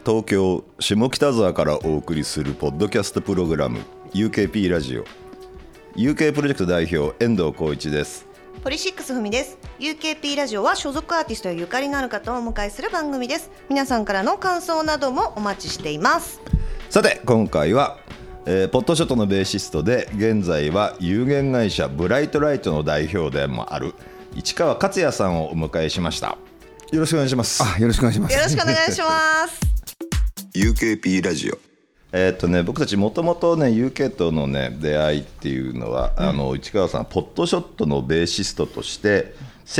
東京下北沢からお送りするポッドキャストプログラム UKP ラジオ UK プロジェクト代表遠藤浩一です。 ポリシックスふみです。 UKP ラジオは所属アーティストやゆかりのある方をお迎えする番組です。皆さんからの感想などもお待ちしています。 さて今回は、ポッドショットのベーシストで現在は有限会社ブライトライトの代表でもある市川克也さんをお迎えしました。よろしくお願いします。 よろしくお願いします。 よろしくお願いします。 UKP ラジオ僕たちもともとね UK とのね出会いっていうのは、市川さんポッドショットのベーシストとして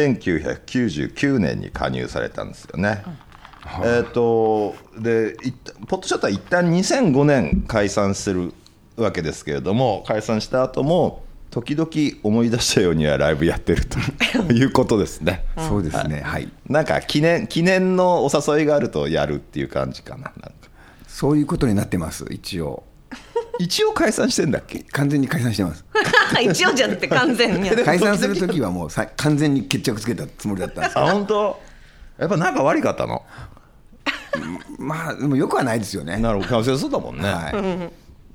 1999年に加入されたんですよね。でポッドショットは一旦2005年解散するわけですけれども、解散した後も時々思い出したようにはライブやってるということですね。 そうですね、はい。 なんか記念のお誘いがあるとやるっていう感じかな。なんかそういうことになってます。一応解散してんだっけ？ 完全に解散してます一応じゃなくて完全に解散するときはもう完全に決着つけたつもりだったんですけど。 本当？やっぱ仲悪かったの？ まあでもよくはないですよね。 なるほど、そうだもんね、 はい、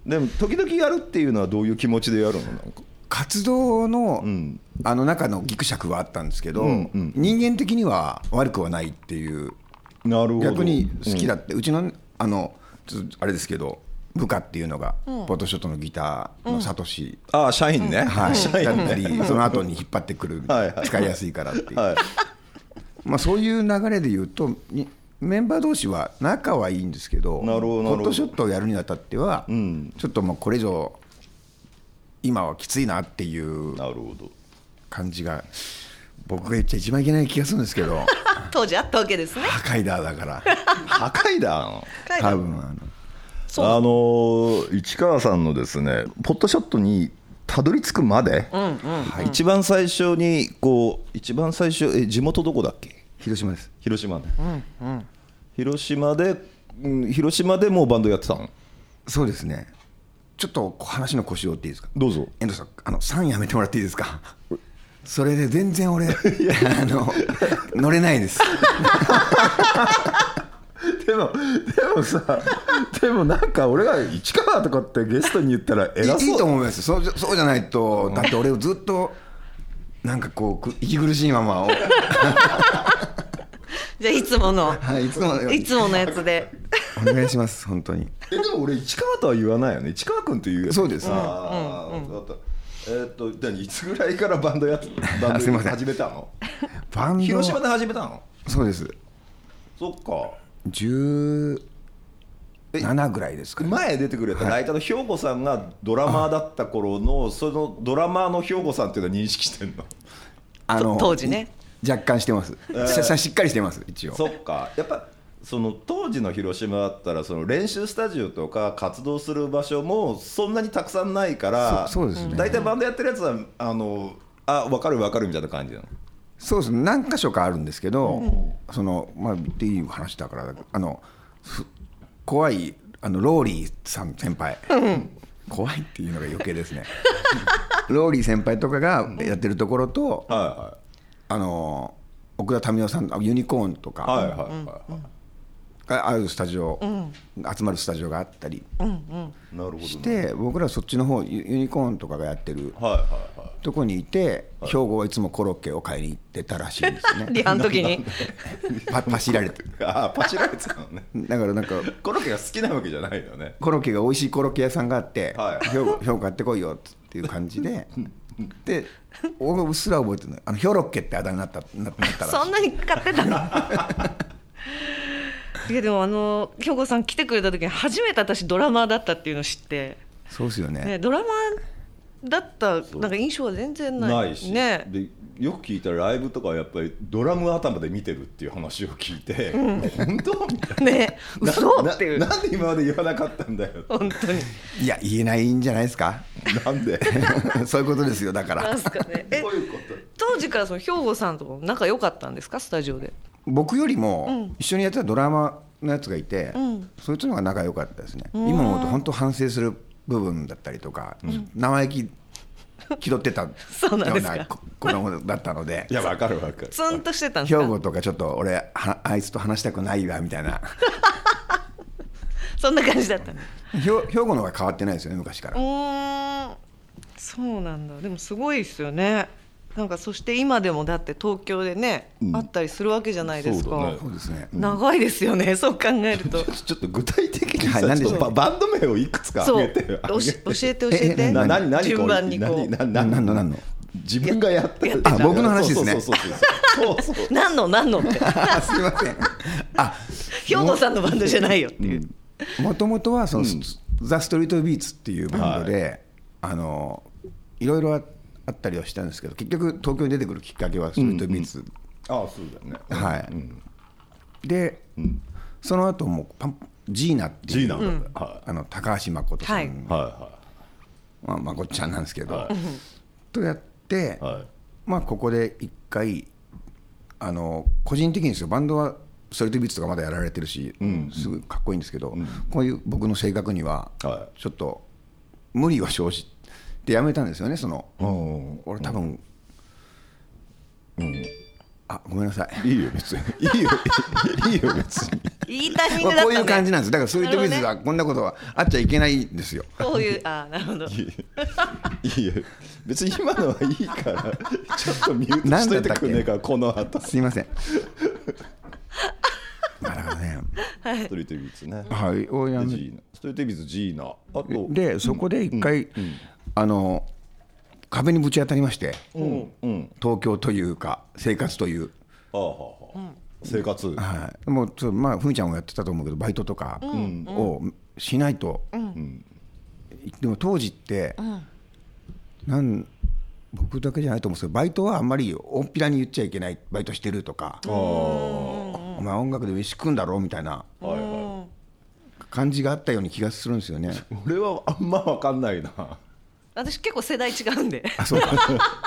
でも時々やるっていうのはどういう気持ちでやるの？なんか活動の、中のギクシャクはあったんですけど、人間的には悪くはないっていう。 なるほど。 逆に好きだって、うちのあれですけど部下っていうのが、ポッドショットのギターのサトシ、 社員ね、社員だったりその後に引っ張ってくる使いやすいからっていう、まあ、そういう流れで言うとメンバー同士は仲はいいんですけど、ポッドショットをやるにあたっては、ちょっともうこれ以上今はきついなっていう感じが僕が言っちゃ一番いけない気がするんですけど当時あったわけですね。 破壊だだから破壊だ多分市川さんのですねポッドショットにたどり着くまで、一番最初に地元どこだっけ？ 広島です。 広島でもうバンドやってたの？ そうですね。ちょっと話の腰を折っていいですか？ どうぞ。 遠藤さん3やめてもらっていいですか？それで全然俺乗れないですでもなんか俺が市川とかってゲストに言ったら偉そう。 いいと思います。そうじゃないと、だって俺ずっとなんか息苦しいままをじゃあいつもの、 いつものやつでお願いします本当に。 でも俺市川とは言わないよね。市川君っていう。 そうですね。 いつぐらいからバンド始めたの？ バンド広島で始めたの？ そうです。 そっか。 17ぐらいですかね。 前出てくれたライターの兵庫さんがドラマーだった頃のそのドラマーの兵庫さんっていうのは認識してんの？ 当時ね。 若干してます、しっかりしてます一応。 そっか。やっぱその当時の広島だったらその練習スタジオとか活動する場所もそんなにたくさんないから、 そうですね。 大体バンドやってるやつは分かるみたいな感じなの？ そうですね。何箇所かあるんですけど、まあっていう話だから怖いローリーさん先輩、怖いっていうのが余計ですねローリー先輩とかがやってるところと、奥田民生さんユニコーンとかがあるスタジオ、集まるスタジオがあったりして、僕らそっちの方ユニコーンとかがやってるとこにいて、兵庫はいつもコロッケを買いに行ってたらしいんですよねリハの時にパシられてる。 パチられてたのね。 だからなんかコロッケが好きなわけじゃないよね。 コロッケが美味しいコロッケ屋さんがあって、兵庫買ってこいよっていう感じでで俺うっすら覚えてるの、ヒョロッケってあだ名になったらしい。 そんなに買ってたのいやでも兵庫さん来てくれた時に初めて私ドラマーだったっていうのを知って。 そうですよね。 ドラマーだったなんか印象は全然ないし、 ね。 でよく聞いたらライブとかはやっぱりドラム頭で見てるっていう話を聞いて、本当みたいなね、嘘っていう。 なんで今まで言わなかったんだよ。 本当に。 いや言えないんじゃないですか。 なんでそういうことですよ。だからなんすかね。 どういうこと？ 当時からその兵庫さんとも仲良かったんですか？スタジオで。 僕よりも一緒にやってたドラマのやつがいて、そいつの方が仲良かったですね。今思うと本当反省する部分だったりとか、生意気気取ってたような子供だったので。 いや分かるツンとしてたんですか？ 兵庫とかちょっと俺あいつと話したくないわみたいなそんな感じだったね。 兵庫の方が変わってないですよね、昔から。 そうなんだ。でもすごいですよね。なんかそして今でもだって東京でね、あったりするわけじゃないですか。 そうですね。 長いですよね、そう考えると。 ちょっと具体的にさ、ちょっとバンド名をいくつか挙げて。 教えて。順番にこう。 何の自分がやってる。 僕の話ですね。 何のって。すいません。 兵庫さんのバンドじゃないよっていう。 もともとはそのザ・ストリート・ビーツっていうバンドで、いろいろあったりはしたんですけど、結局東京に出てくるきっかけはストリート・ビーツ。 そうだね。 はい。で、その後もジーナっていう高橋誠さん、まこっちゃんなんですけど、とやって、ここで一回個人的にですよ、バンドはストリートビーツとかまだやられてるし、すごいかっこいいんですけど、こういう僕の性格にはちょっと無理を生じてやめたんですよね。俺多分、ごめんなさい。 いいよ別に。いいよ別に。 いいタイミングだったね。 こういう感じなんです。だからストリートビーツはこんなことはあっちゃいけないんですよ。 こういうなるほど。いいよ別に今のはいいからちょっとミュートしといてくんねえか、この後。 すいません。だからね、 ストリートビーツね。 はい。 ストリートビーツジーナ。あとでそこで一回壁にぶち当たりまして、東京というか生活という。 生活。 もうふみちゃんもやってたと思うけど、バイトとかをしないと。でも当時って僕だけじゃないと思うんですけど、バイトはあんまり大っぴらに言っちゃいけない、バイトしてるとか、お前音楽で飯食うんだろみたいな感じがあったように気がするんですよね。 俺はあんま分かんないな。 私結構世代違うんで。 そうか。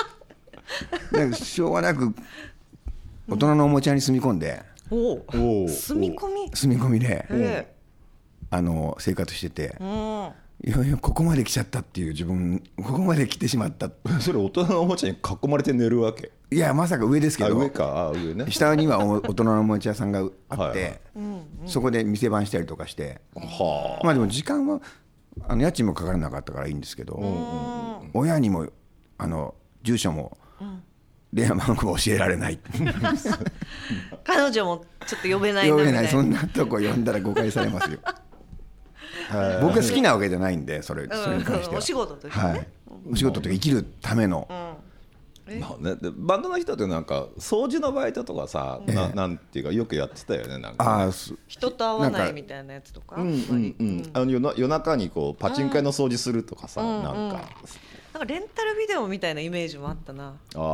しょうがなく大人のおもちゃに住み込んで、 住み込みで生活してて、いやここまで来ちゃったっていう、自分ここまで来てしまった。 それ大人のおもちゃに囲まれて寝るわけ？ いやまさか上ですけど、 上ね。 下には大人のおもちゃ屋さんがあって、そこで店番したりとかして、でも時間は家賃もかからなかったからいいんですけど、親にも住所も電話番号教えられない。 彼女もちょっと呼べない。 そんなとこ呼んだら誤解されますよ。僕が好きなわけじゃないんで、それに関してはお仕事としてね。 お仕事というか生きるための。 バンドの人ってなんか掃除のバイトとかさ、なんていうかよくやってたよね。なんか人と会わないみたいなやつとか、 夜中にこうパチンコ屋の掃除するとかさ、なんかレンタルビデオみたいなイメージもあったな。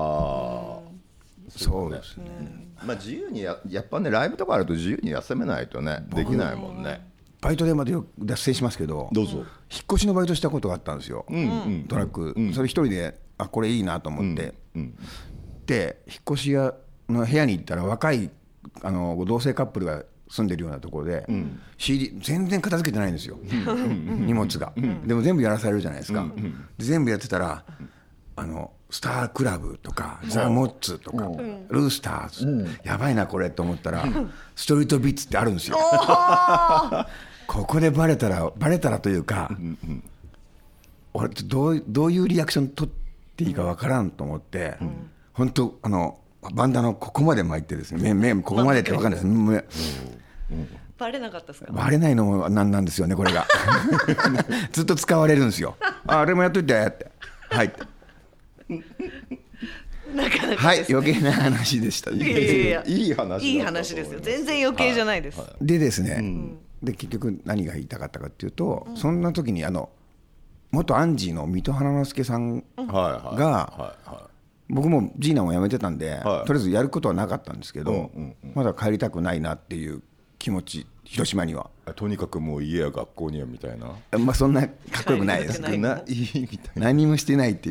そうですね。 自由にやっぱね、ライブとかあると自由に休めないとねできないもんね。 バイトでまで脱線しますけど、 どうぞ。 引っ越しのバイトしたことがあったんですよ。トラック、それ一人でこれいいなと思って、で引っ越し屋の部屋に行ったら、若い同性カップルが住んでるようなところで、CD 全然片付けてないんですよ、荷物が。でも全部やらされるじゃないですか。で全部やってたらスタークラブとかザ・モッツとかルースターズ、やばいなこれと思ったら、ストリートビーツってあるんですよ。ここでバレたらというか、俺どういうリアクション取っていいかわからんと思って、本当バンダのここまで巻いてですね、ここまでって分かんないです。 バレなかったですか？ バレないのもなんですよね、これが。ずっと使われるんですよ。あれもやっといてって、はいなかなかはい、余計な話でした。 いやいい話ですよ。全然余計じゃないです。 でですね、で結局何が言いたかったかっていうと、そんな時に元アンジーの水戸花之助さんが、僕もジーナも辞めてたんで、とりあえずやることはなかったんですけど、まだ帰りたくないなっていう気持ち、広島には。 とにかくもう家や学校にはみたいな。 そんなかっこよくないです。何もしてないって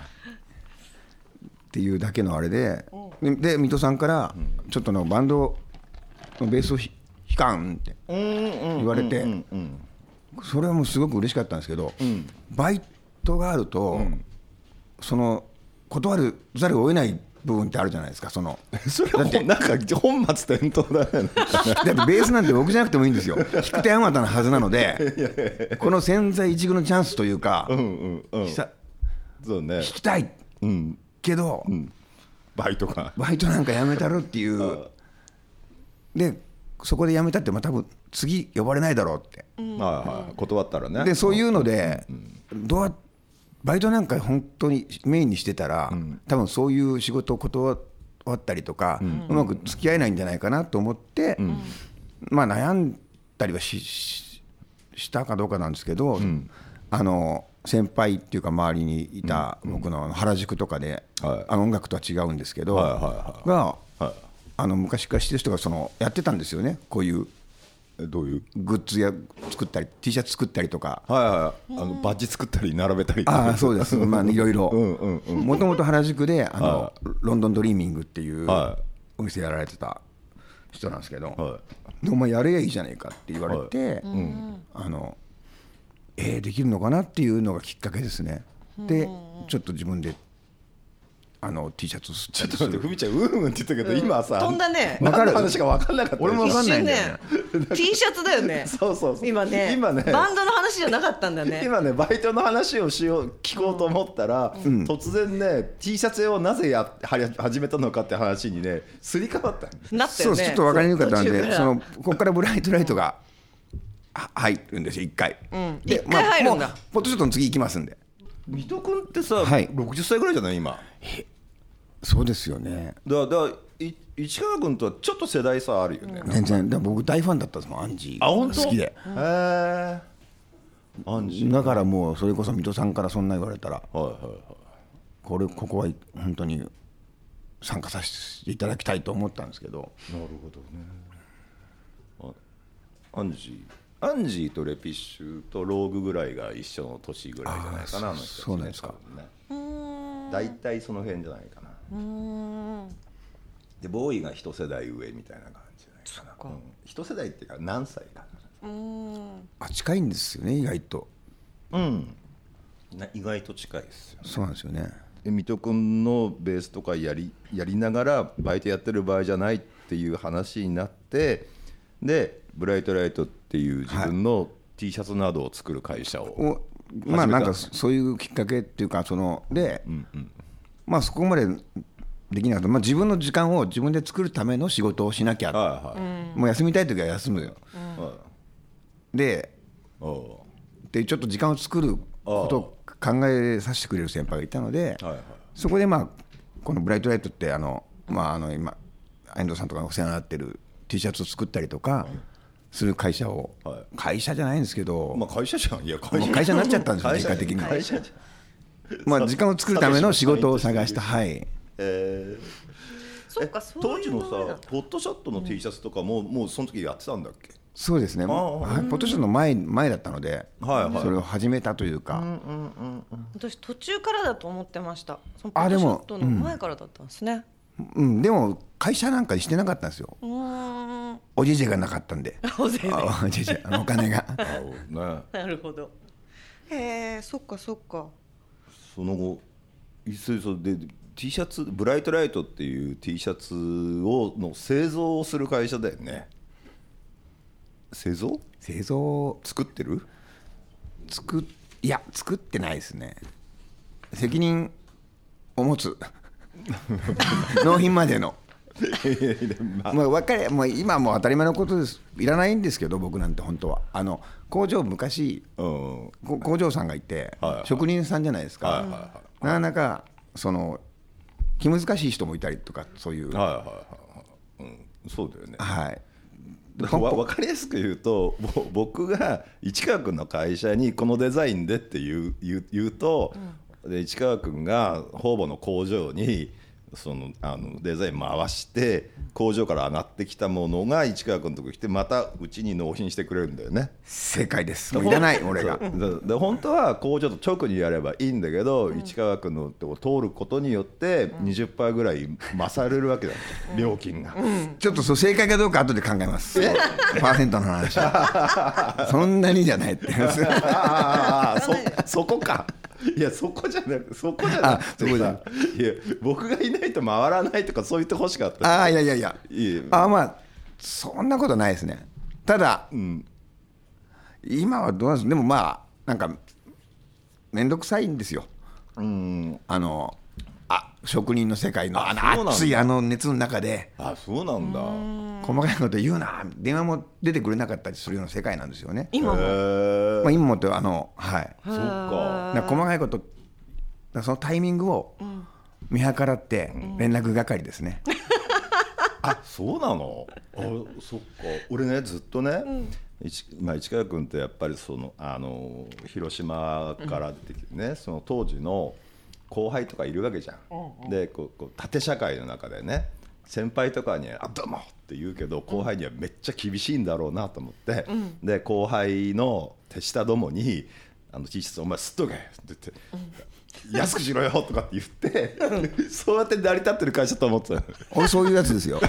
いうだけのあれで、水戸さんからちょっとバンドのベースを弾かんって言われて、それはもうすごく嬉しかったんですけど、バイトがあると断るざるを得ない部分ってあるじゃないですか。それはなんか本末転倒だよね。 だってベースなんて僕じゃなくてもいいんですよ。引く手あまたのはずなのでこの千載一遇のチャンスというか、 そうね、 引きたい、けど、 バイトなんか辞めたるっていうで、そこで辞めたって多分次呼ばれないだろうって、 断ったらね。 でそういうので、バイトなんか本当にメインにしてたら、多分そういう仕事を断ったりとか、うまく付き合えないんじゃないかなと思って、悩んだりはしたかどうかなんですけど、先輩っていうか周りにいた僕の原宿とかで、音楽とは違うんですけど、が昔から知ってる人がやってたんですよね。こういうどういうグッズ作ったり T シャツ作ったりとか、 バッジ作ったり並べたりとか。 そうです、いろいろ。もともと原宿でロンドンドリーミングっていうお店やられてた人なんですけど、お前やればいいじゃないかって言われて、できるのかなっていうのがきっかけですね。でちょっと自分でT シャツちょっと待って、ふみちゃんって言ったけど、今さ飛んだね。 分かる話が分かんなかった。 俺も分かんないんだよね。T シャツだよね。 そう今ねバンドの話じゃなかったんだね。 今ねバイトの話を聞こうと思ったら、突然ね T シャツをなぜ始めたのかって話にねすり替わったなったよね。 ちょっと分かりにくかったんで、ここからブライトライトが入るんですよ、1回。 1回入るんだ。 ポットショットの次行きますんで。 水戸君ってさ、60歳ぐらいじゃない今。 そうですよね。 だから市川君とはちょっと世代差あるよね。 全然。僕大ファンだったんですもん、アンジー好きで。アンジーだからもうそれこそ水戸さんからそんな言われたら、ここは本当に参加させていただきたいと思ったんですけど。 なるほどね。アンジーとレピッシュとローグぐらいが一緒の年ぐらいじゃないかな。 そうなんですか。 大体その辺じゃないかな。でボーイが一世代上みたいな感じじゃないかな。一世代っていうか何歳かな。 近いんですよね、意外と。 意外と近いですよね。 そうなんですよね。 水戸君のベースとかやりながらバイトやってる場合じゃないっていう話になって、でブライトライトっていう自分の T シャツなどを作る会社をなんかそういうきっかけっていうか、で、そこまでできなかった。自分の時間を自分で作るための仕事をしなきゃ、もう休みたい時は休むよ。でちょっと時間を作ることを考えさせてくれる先輩がいたので、そこでこのブライトライトって今遠藤さんとかお世話になってる T シャツを作ったりとかする会社を、会社じゃないんですけど、 会社じゃん。 会社になっちゃったんですよ、結果的に。時間を作るための仕事を探した。 そうか、 当時のさポットショットの T シャツとかもうその時やってたんだっけ？ そうですね。ポットショットの前だったので、それを始めたというか。 私途中からだと思ってました。そのポットショットの前からだったんですね。 でも会社なんかにしてなかったんですよ。おじいちゃんがなかったんで。おじいちゃんお金が。 なるほど。そっか。 その後で T シャツブライトライトっていう T シャツの製造をする会社だよね。製造作ってる？いや作ってないですね。責任を持つ納品までのもう今もう当たり前のことです。いらないんですけど、僕なんて本当は工場昔、工場さんがいて、職人さんじゃないですか。なかなか気難しい人もいたりとか、そういう、 そうだよね。 分かりやすく言うと、僕が市川君の会社にこのデザインでって言うと、で市川君が方々の工場にデザイン回して工場から上がってきたものが市川君のとこに来て、またうちに納品してくれるんだよね。 正解です。もういらない俺が。 で本当は工場と直にやればいいんだけど、市川君のとこ通ることによって 20% ぐらい増されるわけだよ、料金が。 ちょっと正解かどうか後で考えます。パーセントの話そんなにじゃないってそこか。 いやそこじゃなくてさ、いや僕がいないと回らないとかそう言ってほしかった。 いやまあそんなことないですね。ただ、今はどうなんです。でもまあなんか面倒くさいんですよ。職人の世界の熱い熱の中で、 そうなんだ、 細かいこと言うな、電話も出てくれなかったりするような世界なんですよね。 今も、 今もってはいそっか、 細かいことそのタイミングを見計らって連絡係ですね。 そうなの。そっか。俺ねずっとね、市川君ってやっぱり広島から出てきてね、その当時の後輩とかいるわけじゃん。でこう縦社会の中でね、先輩とかにはどうもって言うけど後輩にはめっちゃ厳しいんだろうなと思って、で後輩の手下どもにT シャツお前すっとけって言って、安くしろよとかって言ってそうやって成り立ってる会社と思ってた。 俺そういうやつですよ。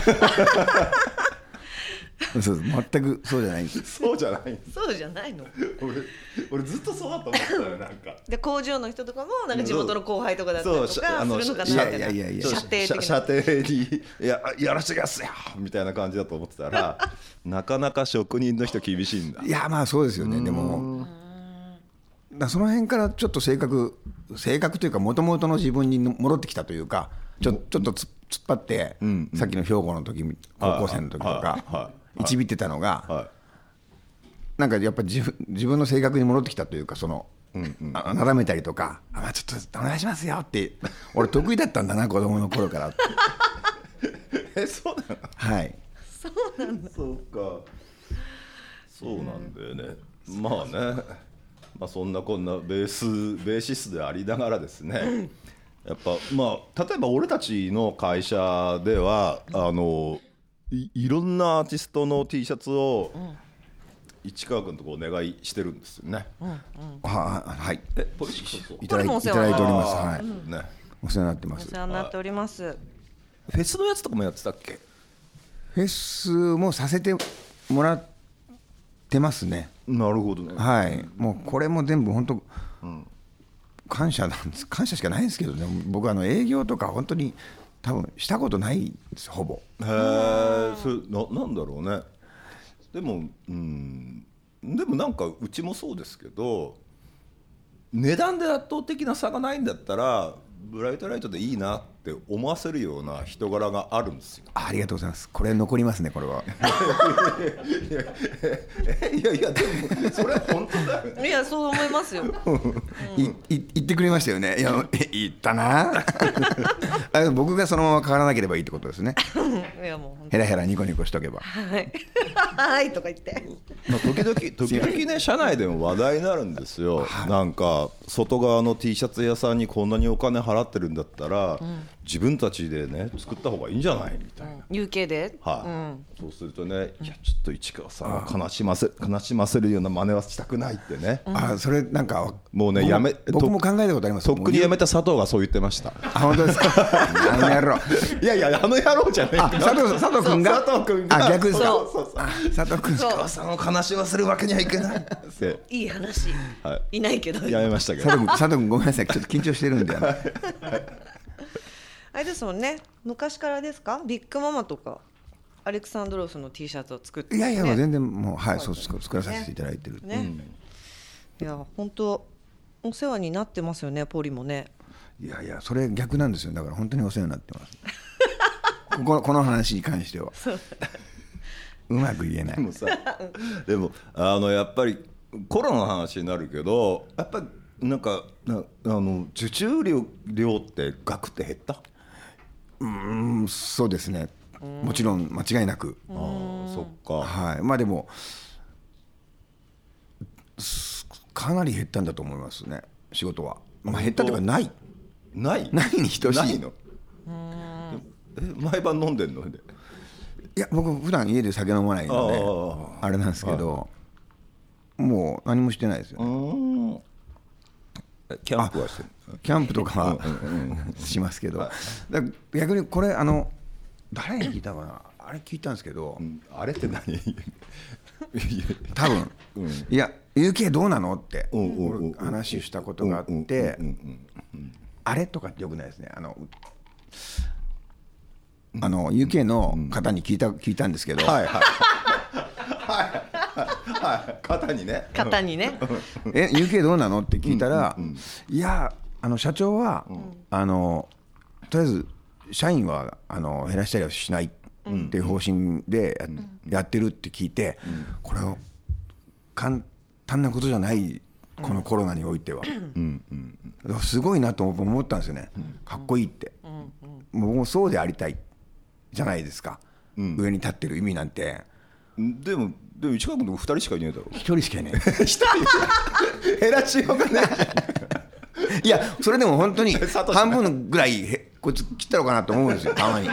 そう全くそうじゃないんです。 そうじゃないの。 俺ずっとそうだと思ったよ。なんかで工場の人とかもなんか地元の後輩とかだったりとかするのかなって。 射程にやらせてくださいよみたいな感じだと思ってたらなかなか職人の人厳しいんだ。 いやまあそうですよね。でもその辺からちょっと性格というか元々の自分に戻ってきたというか、ちょっと突っ張って、さっきの兵庫の時高校生の時とかいちびってたのが、なんかやっぱり自分の性格に戻ってきたというか、なだめたりとか、ちょっとお願いしますよって俺得意だったんだな子供の頃から。 そうなの。 はい。 そうなんだ。 そうか。そうなんだよね。まあね。そんなこんなベーシストでありながらですね、やっぱ例えば俺たちの会社ではいろんなアーティストの T シャツを市川君とお願いしてるんですよね。 はい。 いただいております。 はい。お世話になってます。 お世話になっております。 フェスのやつとかもやってたっけ？ フェスもさせてもらってますね。 なるほどね。 はい。もうこれも全部本当感謝なんです。感謝しかないんですけどね。僕営業とか本当に多分したことないですほぼ。 それなんだろうね。でもなんかうちもそうですけど、値段で圧倒的な差がないんだったらブライトライトでいいなって思わせるような人柄があるんですよ。 ありがとうございます。これ残りますね。これは。 いやでもそれは本当だよね。 いやそう思いますよ。 言ってくれましたよね。いや言ったな。僕がそのまま変わらなければいいってことですね。 いやもうヘラヘラニコニコしとけば。 はいとか言って。 時々ね社内でも話題になるんですよ。なんか外側の T シャツ屋さんにこんなにお金払ってるんだったら、自分たちでね作った方がいいんじゃないみたいな。 UK で。 そうするとね、いやちょっと市川さんは悲しませるような真似はしたくないってね。 それなんかもうね僕も考えたことあります。 とっくに辞めた佐藤がそう言ってました。 本当ですか。野郎。 いや野郎じゃない。 佐藤君が逆ですか。佐藤君。 市川さんを悲しませるわけにはいけない。 いい話。いないけど。 辞めましたけど。 佐藤君ごめんなさい。ちょっと緊張してるんで。 あれですもんね。昔からですか？ビッグママとかアレクサンドロスの T シャツを作って、ね。 いや全然もうそう作らさせていただいてる。 いや本当お世話になってますよね。ポリもね。 いやそれ逆なんですよ。だから本当にお世話になってます。この話に関してはうまく言えない。 でもやっぱりコロナの話になるけど、やっぱりなんか受注量って額って減った？ そうですね。もちろん間違いなく。 そっか。 はい。でもかなり減ったんだと思いますね。仕事は。減ったというかないに等しい。 ないの？毎晩飲んでんの？いや僕普段家で酒飲まないのであれなんですけど、もう何もしてないですよね。 キャンプはしてる？ キャンプとかはしますけど、逆にこれ誰に聞いたかな。 あれ聞いたんですけど、 あれって何多分、いや UK どうなのって話したことがあって、あれとかってよくないですね。UK の方に聞いたんですけど、 はいはい方にね UK どうなのって聞いたら、いや社長は、とりあえず社員は減らしたりはしないっていう方針でやってるって聞いて、これは簡単なことじゃないこのコロナにおいては、すごいなと思ったんですよね。かっこいいって、もうそうでありたいじゃないですか、上に立ってる意味なんて。 でも市川君と2人しかいないだろ。 1人しかいない 1人減らしようがないいやそれでも本当に半分ぐらいこいつ切ったのかなと思うんですよ、たまに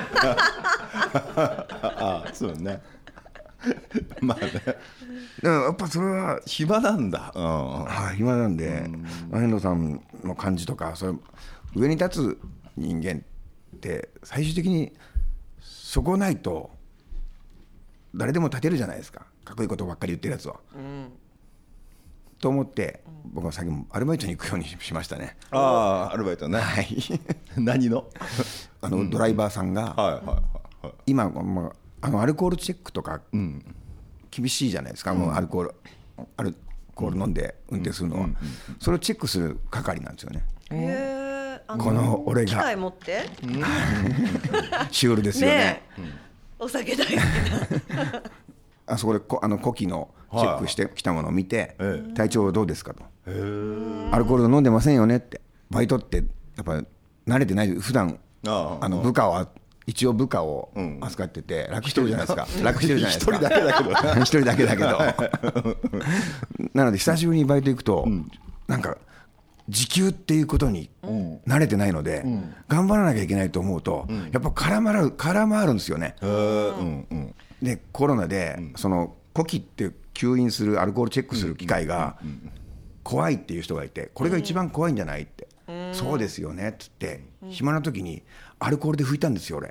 そうねまあね、 でもやっぱそれは暇なんだ。 暇なんで、遠藤さんの感じとか、それ上に立つ人間って最終的にそこないと誰でも立てるじゃないですか、かっこいいことばっかり言ってるやつは、と思って、僕は最近アルバイトに行くようにしましたね。 アルバイトね。 はい何のドライバーさんが、今、アルコールチェックとか厳しいじゃないですか、もうアルコール飲んで運転するのは、それをチェックする係なんですよね。この俺が機械持ってシュールですよね。 お酒大好きなあそこで呼気のチェックしてきたものを見て、体調どうですかと、アルコール飲んでませんよねって。バイトってやっぱ慣れてない、普段部下は一応部下を扱ってて楽してるじゃないですか、楽してるじゃないですか、一人だけだけどなので久しぶりにバイト行くと、なんか時給っていうことに慣れてないので、頑張らなきゃいけないと思うと、やっぱ空回るんですよね。でコロナでその呼気って吸引するアルコールチェックする機械が怖いっていう人がいて、これが一番怖いんじゃないって、そうですよねっつって、暇な時にアルコールで拭いたんですよ俺、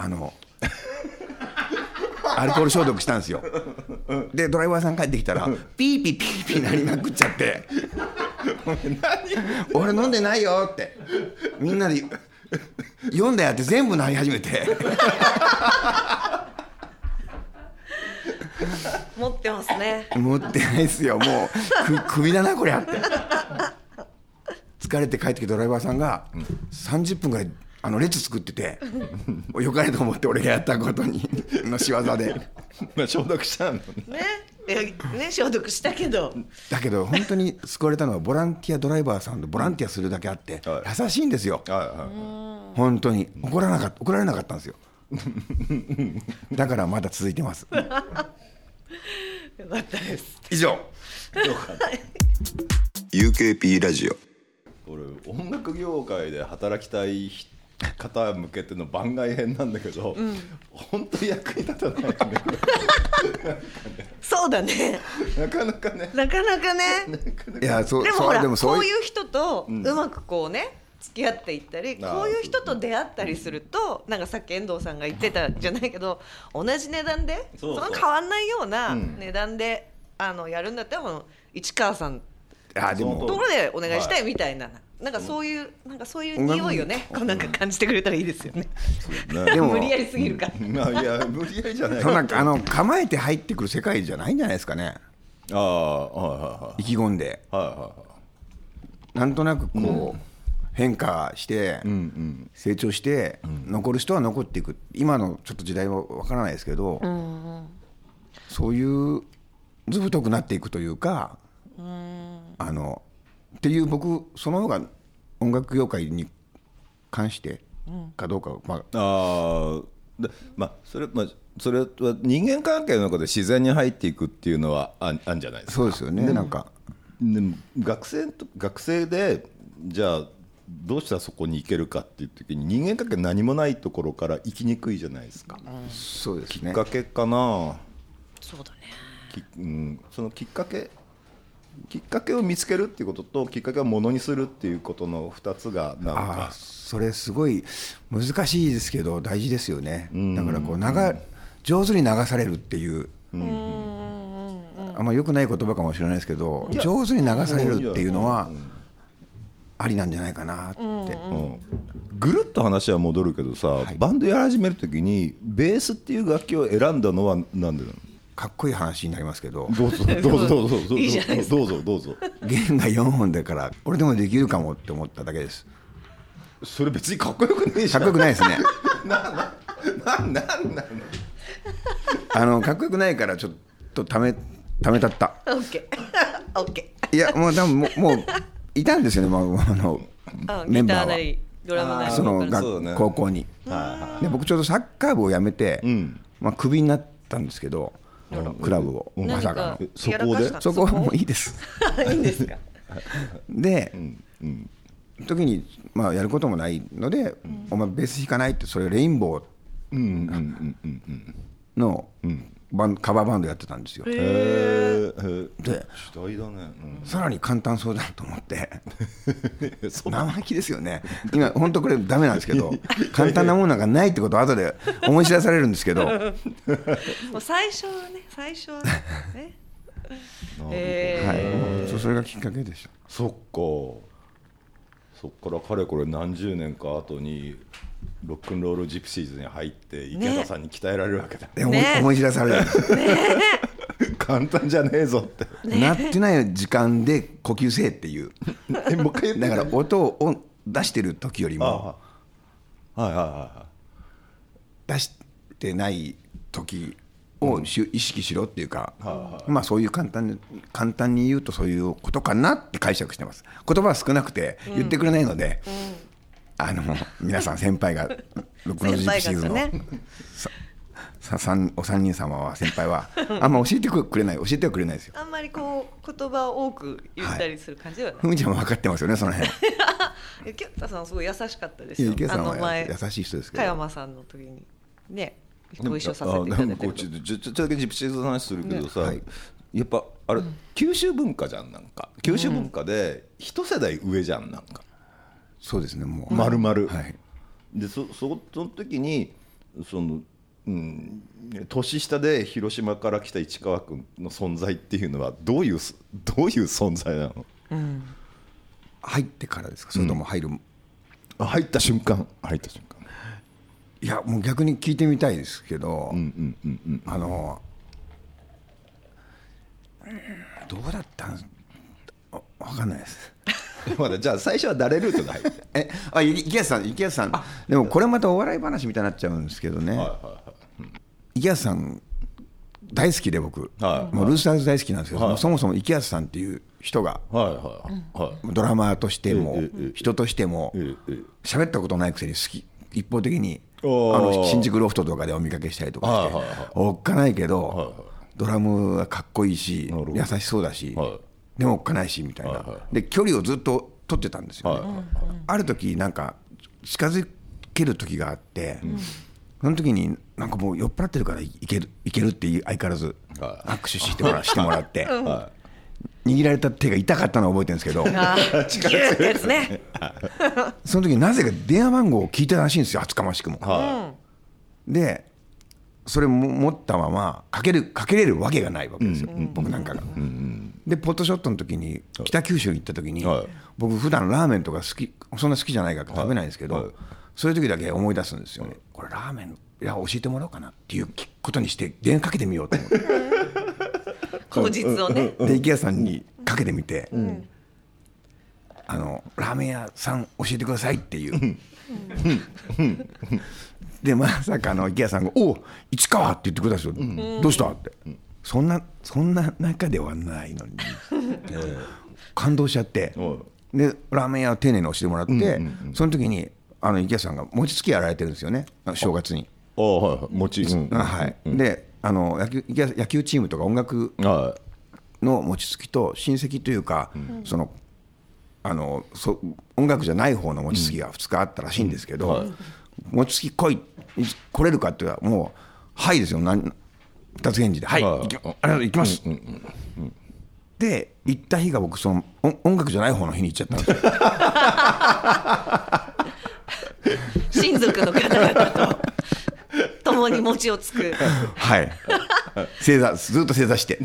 アルコール消毒したんですよ。でドライバーさん帰ってきたらピーピーピーピーなりまくっちゃって俺飲んでないよってみんなで読んだやって全部なり始めて持ってますね。 持ってないですよ、もう首だなこりゃって疲れて帰ってきたドライバーさんが30分ぐらい列作っててよかれと思って俺がやったことにの仕業で消毒したのね。 消毒したけど、 だけど本当に救われたのはボランティアドライバーさんとボランティアするだけあって優しいんですよ、本当に怒られなかったんですよだからまだ続いてますよかったです。 以上 UKP ラジオ。俺音楽業界で働きたい方向けての番外編なんだけど、本当に役に立たないよねそうだね、 なかなかねいやでもほらこういう人とうまくこうね付き合っていったり、こういう人と出会ったりすると、なんかさっき遠藤さんが言ってたじゃないけど、同じ値段でその変わんないような値段でやるんだったら、この市川さんでもところでお願いしたいみたいな、なんかそういう匂いをね、こうなんか感じてくれたらいいですよね。でも無理やりすぎるから。 いや無理やりじゃない。 そんな構えて入ってくる世界じゃないんじゃないですかね。意気込んで、なんとなくこう変化して成長して残る人は残っていく。今のちょっと時代はわからないですけど、そういうずぶとくなっていくというか。っていう僕その方が音楽業界に関してかどうかそれは人間関係の中で自然に入っていくっていうのはあるんじゃないですか。 そうですよね。なんかでも学生でじゃあどうしたらそこに行けるかっていう時に人間関係何もないところから行きにくいじゃないですか。 そうですね。 きっかけかな。 そうだね。 そのきっかけを見つけるっていうことと、きっかけをものにするっていうことの2つがなんかそれすごい難しいですけど大事ですよね。だからこう上手に流されるっていう、あんま良くない言葉かもしれないですけど、上手に流されるっていうのはありなんじゃないかなって、 ぐるっと話は戻るけどさ、バンドやり始めるときにベースっていう楽器を選んだのはなんでなの？ かっこいい話になりますけど、 どうぞどうぞどうぞどうぞどうぞどうぞ。 弦が4本だから俺でもできるかもって思っただけです。 それ別にかっこよくないじゃん。 かっこよくないですね。 なんなのかっこよくないからちょっとためたった。 オッケーオッケー。いやもう多分もういたんですよね、メンバーは。 ギターなりドラムなりその高校に。で僕ちょうどサッカー部を辞めて、クビになったんですけど、クラブをまさかの。そこはもういいです。 いいんですか。 で、時にやることもないので、お前ベース弾かないって、それレインボーのカバーバンドやってたんですよ。でさらに簡単そうだと思って生意気ですよね。今本当これダメなんですけど、簡単なものなんかないってことを後で思い知らされるんですけどもう最初はねそれがきっかけでした。 そっか。そっからかれこれ何十年か後にロックンロールジプシーズに入って池田さんに鍛えられるわけだ、 思い知らされる、 簡単じゃねえぞって、 なってない時間で呼吸せえっていうもう一回だから音を出してる時よりも出してない時を意識しろっていうか、そういう簡単に言うとそういうことかなって解釈してます。言葉は少なくて言ってくれないので、皆さん先輩がロックロールジプシーズのお三人様は先輩はあんま教えてはくれないですよ。 あんまりこう言葉を多く言ったりする感じはない。 ふみちゃんも分かってますよね、その辺。 池田さんすごい優しかったですよ。 池田さんは優しい人ですけど、 加山さんの時にねご一緒させていただいてる。 ちょっとだけジプシーズの話するけどさ、やっぱあれ九州文化じゃん。なんか九州文化で一世代上じゃん。なんかそうですね、もう丸々、でその時に年下で広島から来た市川君の存在っていうのはどういう存在なの？入ってからですか、それとも入った瞬間。いやもう逆に聞いてみたいですけど、どうだったん分かんないです。まだじゃあ最初は誰ルートで入って池谷さんでもこれまたお笑い話みたいになっちゃうんですけどね、池谷さん大好きで僕、もうルースターズ大好きなんですけど、そもそも池谷さんっていう人がドラマーとしても人としても喋ったことないくせに好き、一方的に新宿ロフトとかでお見かけしたりとかして、おっかないけどドラムはかっこいいし優しそうだし、でもおっかないしみたいな、で距離をずっと取ってたんですよね。ある時なんか近づける時があって、その時になんかもう酔っ払ってるからいけるって相変わらず握手してもらって握られた手が痛かったのを覚えてるんですけどその時なぜか電話番号を聞いてたらしいんですよ、厚かましくも。でそれも持ったままかけれるわけがないわけですよ、僕なんかが。でポットショットの時に北九州に行った時に、僕普段ラーメンとかそんな好きじゃないから食べないんですけど、そういう時だけ思い出すんですよね。これラーメン教えてもらおうかなっていうことにして電話かけてみようと思って口実をね。 で池谷さんにかけてみて、ラーメン屋さん教えてくださいっていうでまさか池谷さんが「お市川」って言ってくれたんですよ、どうしたって、そんな中ではないのに感動しちゃって、でラーメン屋を丁寧に教えてもらって、その時に池谷さんが餅つきやられてるんですよね、正月に。 餅、 で野球チームとか音楽の餅つきと親戚というか、音楽じゃない方の餅つきが2日あったらしいんですけど、餅つき来れるかって言ったらもうはいですよ、2つ返事ではい行きます、で行った日が僕その音楽じゃない方の日に行っちゃったんですよ親族の方々と友共に餅をつくはい正座、ずっと正座して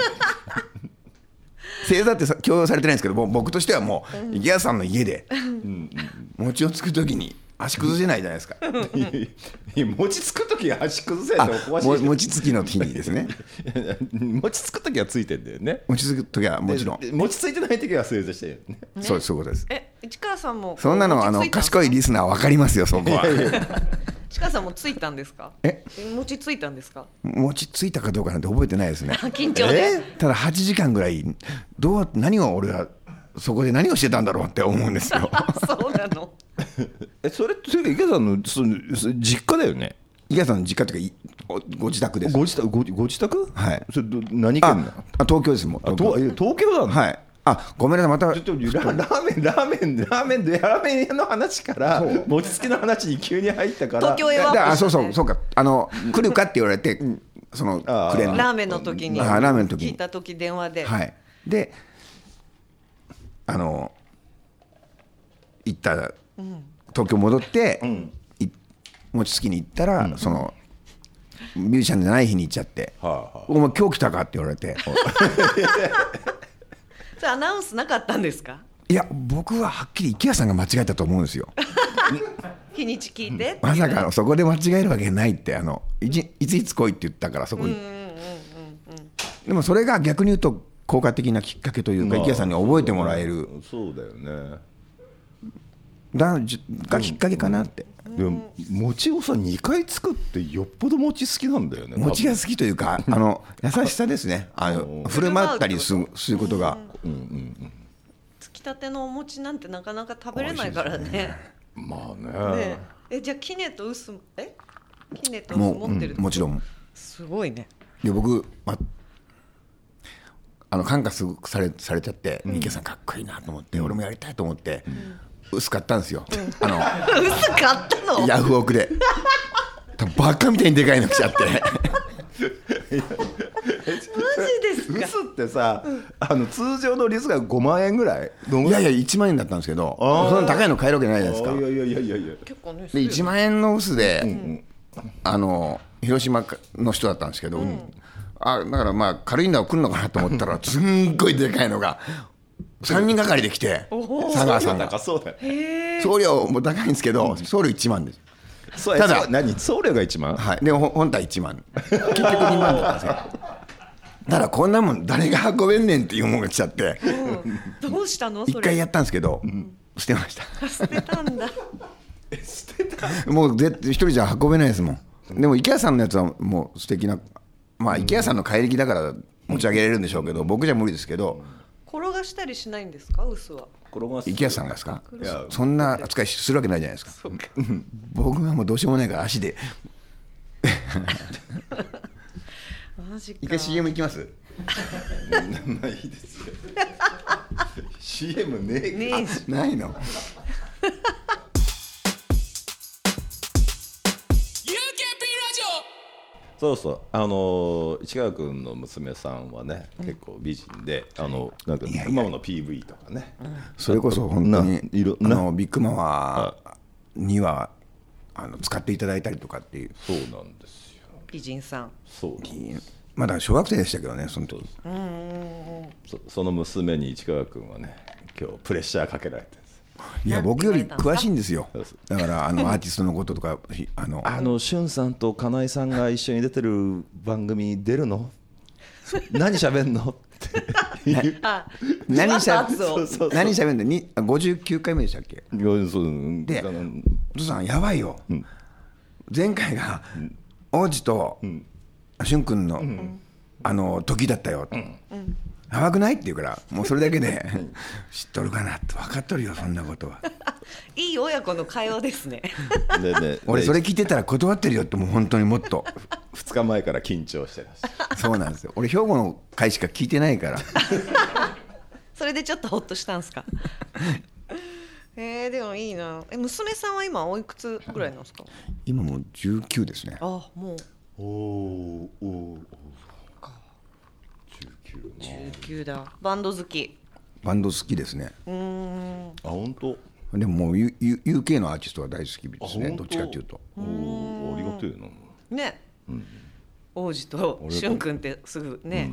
正座って強要されてないんですけど、僕としてはもう池谷さんの家で餅をつくときに足崩せないじゃないですか餅つくとき足崩せないっておかしい。 餅つきの日にですね餅つくときはついてんだよね。 餅つくときはもちろん。 餅ついてないときは正座してるよね。 そういうことです。 市川さんもそんなの賢いリスナーは分かりますよ、そこは。 市川さんもついたんですか？餅ついたんですか？ 餅ついたかどうかなんて覚えてないですね。 緊張で。 ただ8時間ぐらい何を俺はそこで何をしてたんだろうって思うんですよそうなのそれ池谷さんの実家だよね。 池谷さんの実家というかご自宅です。 ご自宅？ はい。 それ何県なの？ 東京ですもん。 東京なの？ はい。ごめんなさい、またちょっとラーメン屋の話から餅つきの話に急に入ったから。 東京へはそうか来るかって言われてそのくれんのラーメンの時に聞いた時電話で、 はい、で行ったら東京戻って、餅つきに行ったら、そのミュージシャンじゃない日に行っちゃって、お前今日来たかって言われてそれアナウンスなかったんですか？ いや、僕ははっきり池谷さんが間違えたと思うんですよ日にち聞いて、 まさかそこで間違えるわけないって、いついつ来いって言ったからそこに。でもそれが逆に言うと効果的なきっかけというか、池谷さんに覚えてもらえる、 そうだよねがきっかけかなって。 でも餅をさ2回つくってよっぽど餅好きなんだよね。 餅が好きというか優しさですね。振る舞ったりすることが。 つきたてのお餅なんてなかなか食べれないからね。 まあね。 じゃあキネとウス持ってる？ もちろん。 すごいね。 で僕感化されちゃって、池さんかっこいいなと思って、俺もやりたいと思って、薄買ったんですよ。 薄買ったの？ ヤフオクでバカみたいにでかいの来ちゃってマジですか？ 薄ってさ、通常のリスが5万円ぐらい？ いやいや1万円だったんですけど、そんな高いの買えるわけないじゃないですか。 いや結構ね。 で1万円の薄で、広島の人だったんですけど、だから軽いのは来るのかなと思ったらすんごいでかいのが3人がかりで来て、佐川さんが送料も高いんですけど、送料1万です。 ただ送料が1万？ はい。で本体1万結局2万だったんですよ。ただこんなもん誰が運べんねんっていうもんが来ちゃって、 どうしたの？ 1回やったんですけど、捨てました。 捨てたんだ捨てた？ もう一人じゃ運べないですもん。でも池谷さんのやつはもう素敵な、池谷さんの怪力だから持ち上げられるんでしょうけど、僕じゃ無理ですけど。 転がしたりしないんですか？薄は池谷さんがですか？そんな扱いするわけないじゃないですか。僕はもうどうしようもないから足でマジか。 一回 CM 行きます？ まあいいですよCM ねえしないのそう市川君の娘さんはね、結構美人で、なんかビッグママの PV とかね、 それこそ本当にビッグママには使っていただいたりとかっていう。 そうなんですよ。 美人さん。 そうまだ小学生でしたけどね、その時。 その娘に市川君はね、今日プレッシャーかけられてるんです。 いや、僕より詳しいんですよ。だからアーティストのこととか、 しゅんさんと金井さんが一緒に出てる番組出るの？何喋んの？って何喋んのに59回目でしたっけ？で、お父さんやばいよ。前回が王子としゅん君の時だったよ。やばくないって言うから、もうそれだけで知っとるかなって分かっとるよ、そんなことは。 いい親子の会話ですね。 俺それ聞いてたら断ってるよって、もう本当にもっと 2日前から緊張してました。 そうなんですよ。俺兵庫の回しか聞いてないからそれでちょっとホッとしたんですか？でもいいな。娘さんは今おいくつぐらいなんですか？ 今もう19ですね。 もう19だ。バンド好きですね。 本当？ でももう UK のアーティストは大好きですね。どっちかっていうと。 ありがとうな。 ね。 王子と俊君ってすぐね、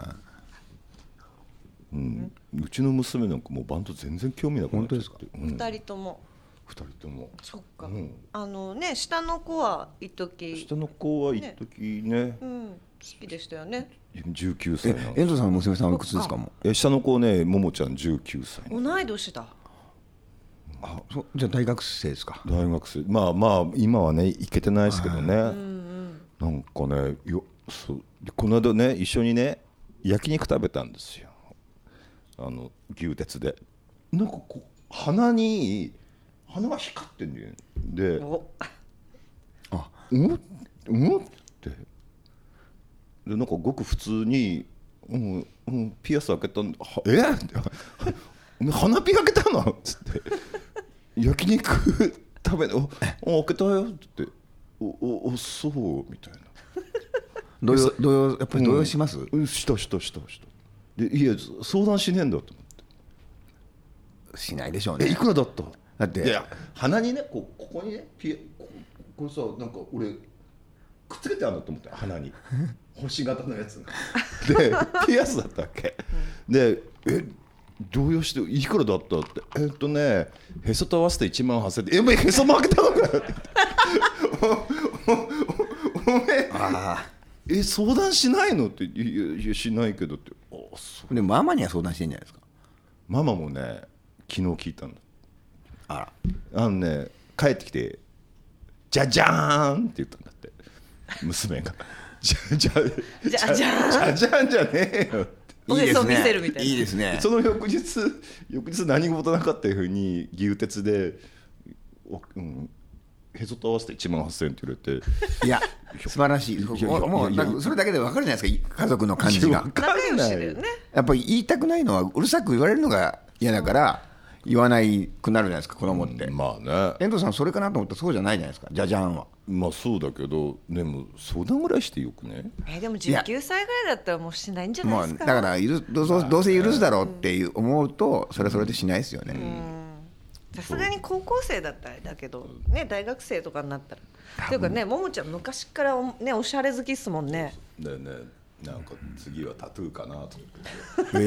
うちの娘なんかもうバンド全然興味なくなっちゃって。 2人ともそっか、ね、下の子は一時ね、 好きでしたよね。 19歳な。 遠藤さんの娘さんはいくつですか？も下の子ね、ももちゃん19歳。 同い年だ。 じゃあ大学生ですか？ 大学生。まあ今はね行けてないですけどね、なんかねこの間ね一緒にね焼肉食べたんですよ、牛鉄で。なんか鼻が光ってんだよ。でうんってで、なんかごく普通にピアス開けたんだ。お前鼻ピ開けたのっつって焼肉食べ開けたよってそうみたいな。 やっぱり動揺します？ したで、いや相談しねえんだと思って。 しないでしょうね。 いくらだった？ だっていや鼻にねここにねこれさ、なんか俺くっつけてあるんだと思って、鼻に星型のやつがでピアスだったわけで、動揺していくらだったってへそと合わせて1万8000円で、へそも開けたのかよってお前相談しないのって。いやしないけどって。 でママには相談してんじゃないですか？ ママもね昨日聞いたんだ。帰ってきてじゃじゃーんって言ったんだって、娘が。じゃじゃーんじゃねえよって。 おへそ見せるみたいな。 いいですね。 その翌日何事なかったいうふうに牛鉄で、へそと合わせて1万8000円って言われて、 いや素晴らしい。もうなんかそれだけで分かるじゃないですか、家族の感じが。 分かんない。 やっぱり言いたくないのはうるさく言われるのが嫌だから言わないくなるじゃないですか、子供って。 まあね。 遠藤さんそれかなと思ったらそうじゃないじゃないですか、じゃじゃんは。 まあそうだけど、でも相談ぐらいしてよくね。 でも19歳ぐらいだったらもうしないんじゃないですか。 だからどうせ許すだろうって思うと、それはそれでしないですよね。 さすがに高校生だったらだけどね、大学生とかになったらっていうかね、ももちゃん昔からねおしゃれ好きっすもんね。 だよね。なんか次はタトゥーかなと思って。い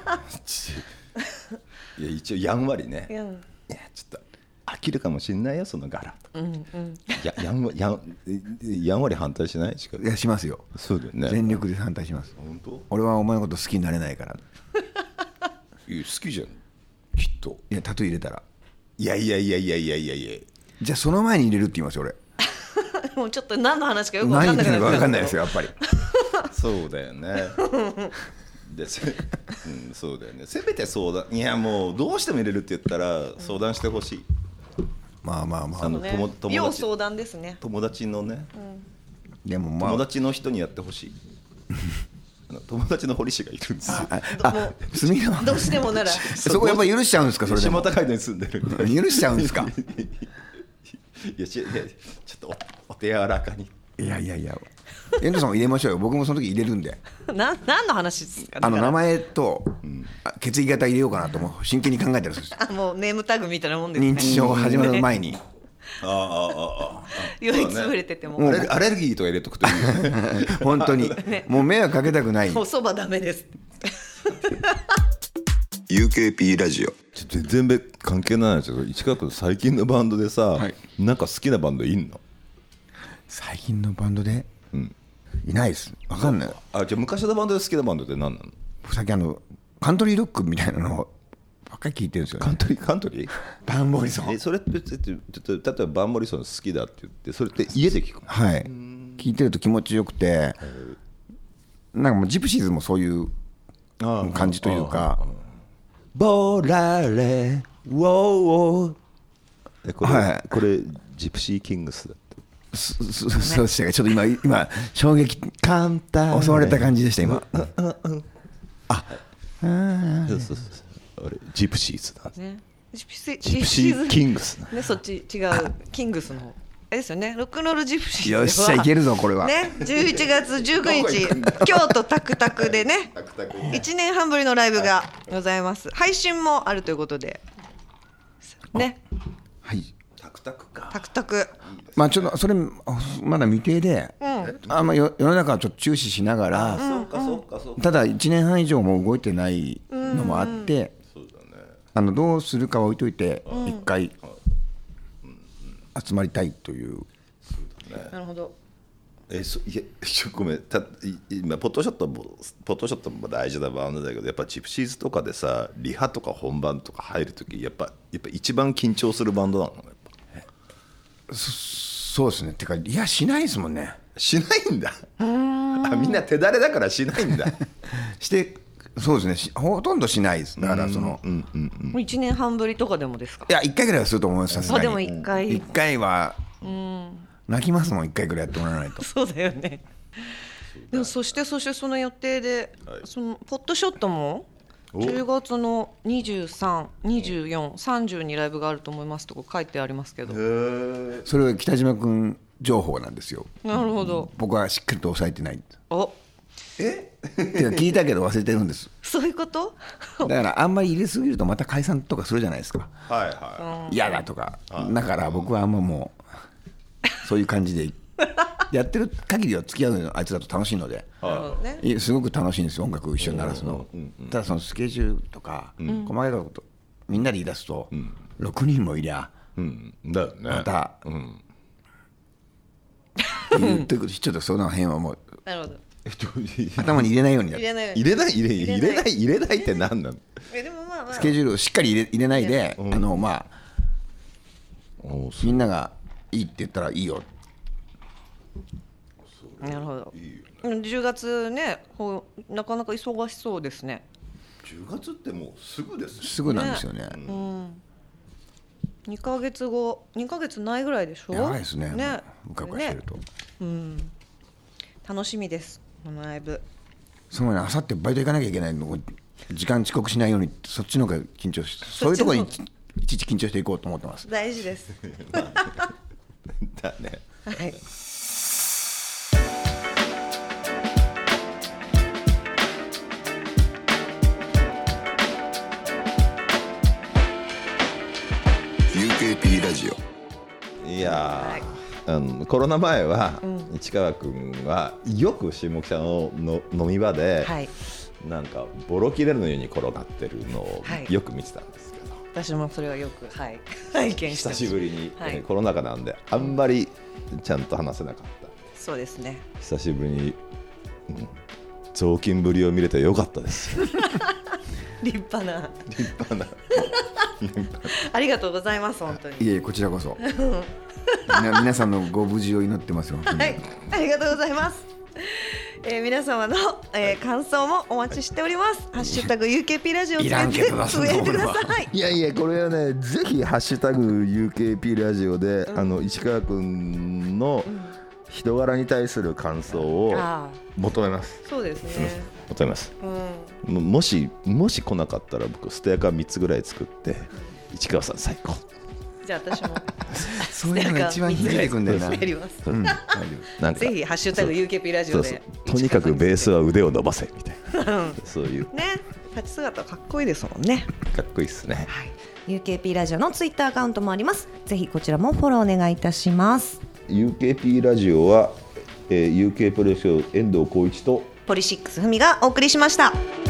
や一応やんわりね、いやちょっと飽きるかもしれないよその柄とか、やんわり反対しない？ いやしますよ。そうだよね。全力で反対します。 本当？ 俺はお前のこと好きになれないから。 好きじゃんきっと。 いやタトゥー入れたら。 いやじゃあその前に入れるって言いますよ俺。 もうちょっと何の話かよく分かんない。 分かんないですよやっぱり。 そうだよね。そうだよね。せめて相談。いやもうどうしても入れるって言ったら相談してほしい。 まあ要相談ですね。 友達のね、 でも友達の人にやってほしい。友達の堀氏がいるんですよ。 どうしてもならそこやっぱ許しちゃうんですか？それでも下高井戸に住んでるんで許しちゃうんですか？ いやちょっとお手柔らかに。 いや遠藤さんも入れましょうよ。僕もその時入れるんで。 何の話ですか？ 名前と血液型入れようかなと真剣に考えてるんです。 もうネームタグみたいなもんですね。 認知症始まる前に酔い潰れててもアレルギーとか入れとくといい本当にもう迷惑かけたくない。 おそばダメです。 UKP ラジオ全然関係ないんですけど、市川君最近のバンドでさ、なんか好きなバンドいんの？ 最近のバンドで、いないです。分かんない。 じゃあ昔のバンドで好きなバンドって何なの？ さっきカントリーロックみたいなのばっかり聞いてるんですよね。 カントリーバンモリソン。 それって例えばバンモリソン好きだって言ってそれって家で聞くの？ はい。聞いてると気持ちよくて、なんかもうジプシーズもそういう感じというか、 ボラレウォーこれジプシーキングスだって。 そうでしたか。ちょっと今衝撃襲われた感じでした今。 そうジプシーズなんですね。 ジプシーキングスね。そっち違うキングスの方ですよね。ロックンロールジプシーズはよっしゃいけるぞこれはね。11月19日京都タクタクでね1年半ぶりのライブがございます。配信もあるということでね。 はい。 タクタクか。 タクタク。 まあちょっとそれまだ未定で、世の中はちょっと注視しながら、ただ1年半以上も動いてないのもあって、どうするかは置いといて一回集まりたいという。 なるほど。 ごめん、今ポットショットも大事なバンドだけど、やっぱチプシーズとかでさ、リハとか本番とか入るときやっぱ一番緊張するバンドなの。やっぱそうですね。てかリハしないですもんね。 しないんだ。みんな手だれだからしないんだ。 そうですね。ほとんどしないです。だからその 1年半ぶりとかでもですか。 いや1回ぐらいはすると思います。さすがに。 でも1回は泣きますもん。1回ぐらいやってもらわないと。 そうだよね。でもそしてその予定で、そのポットショットも10月の23、24、30にライブがあると思いますとか書いてありますけど、 それは北島君情報なんですよ。 なるほど。 僕はしっかりと抑えてない。 てか聞いたけど忘れてるんです。 そういうこと？ だからあんまり入れすぎるとまた解散とかするじゃないですか。嫌だとか。だから僕はあんまもうそういう感じでやってる限りは付き合うのあいつだと楽しいので、すごく楽しいんですよ、音楽を一緒に鳴らすの。ただそのスケジュールとか細かいことみんなで言い出すと6人もいりゃまた言ってくるし、ちょっとその辺はもう頭に入れないようになる。 入れないって何なの？ スケジュールをしっかり入れないで、みんながいいって言ったらいいよ。 なるほど。10月ね、なかなか忙しそうですね。 10月ってもうすぐですね。 すぐなんですよね。 2ヶ月後、2ヶ月ないぐらいでしょ。 やばいですね。うかうかしてると。 楽しみです、このライブ。 その前にあさってバイト行かなきゃいけないの、時間遅刻しないように、そっちの方が緊張して、そういうところにいちいち緊張していこうと思ってます。 大事です。 だね。 はい。 UKP ラジオ。いやコロナ前は市川君はよく下北の飲み場でなんかボロ切れるのように転がってるのをよく見てたんですけど、 私もそれはよく拝見して久しぶりにコロナ禍なんであんまりちゃんと話せなかった。 そうですね。 久しぶりに雑巾ぶりを見れてよかったです。 立派なありがとうございます。本当に。 いえ、こちらこそ皆さんのご無事を祈ってますよ。 はい、ありがとうございます。皆様の、感想もお待ちしております。ハッシュタグ UKP ラジオをつけてつぶやいてください。 いやこれはね、ぜひハッシュタグ UKP ラジオで、市川君の人柄に対する感想を求めます。 そうですね。 求めます。もし来なかったら僕ステアカー3つぐらい作って市川さん最高。 じゃあ私もそういうのが一番響いてくんだよな。 やります。ぜひハッシュタグ UKP ラジオで。 とにかくベースは腕を伸ばせみたいな。そういうね、立ち姿かっこいいですもんね。 かっこいいですね。 はい。UKP ラジオのツイッターアカウントもあります。ぜひこちらもフォローお願いいたします。 UKP ラジオは、UK プロデュース遠藤浩一とポリシックスふみがお送りしました。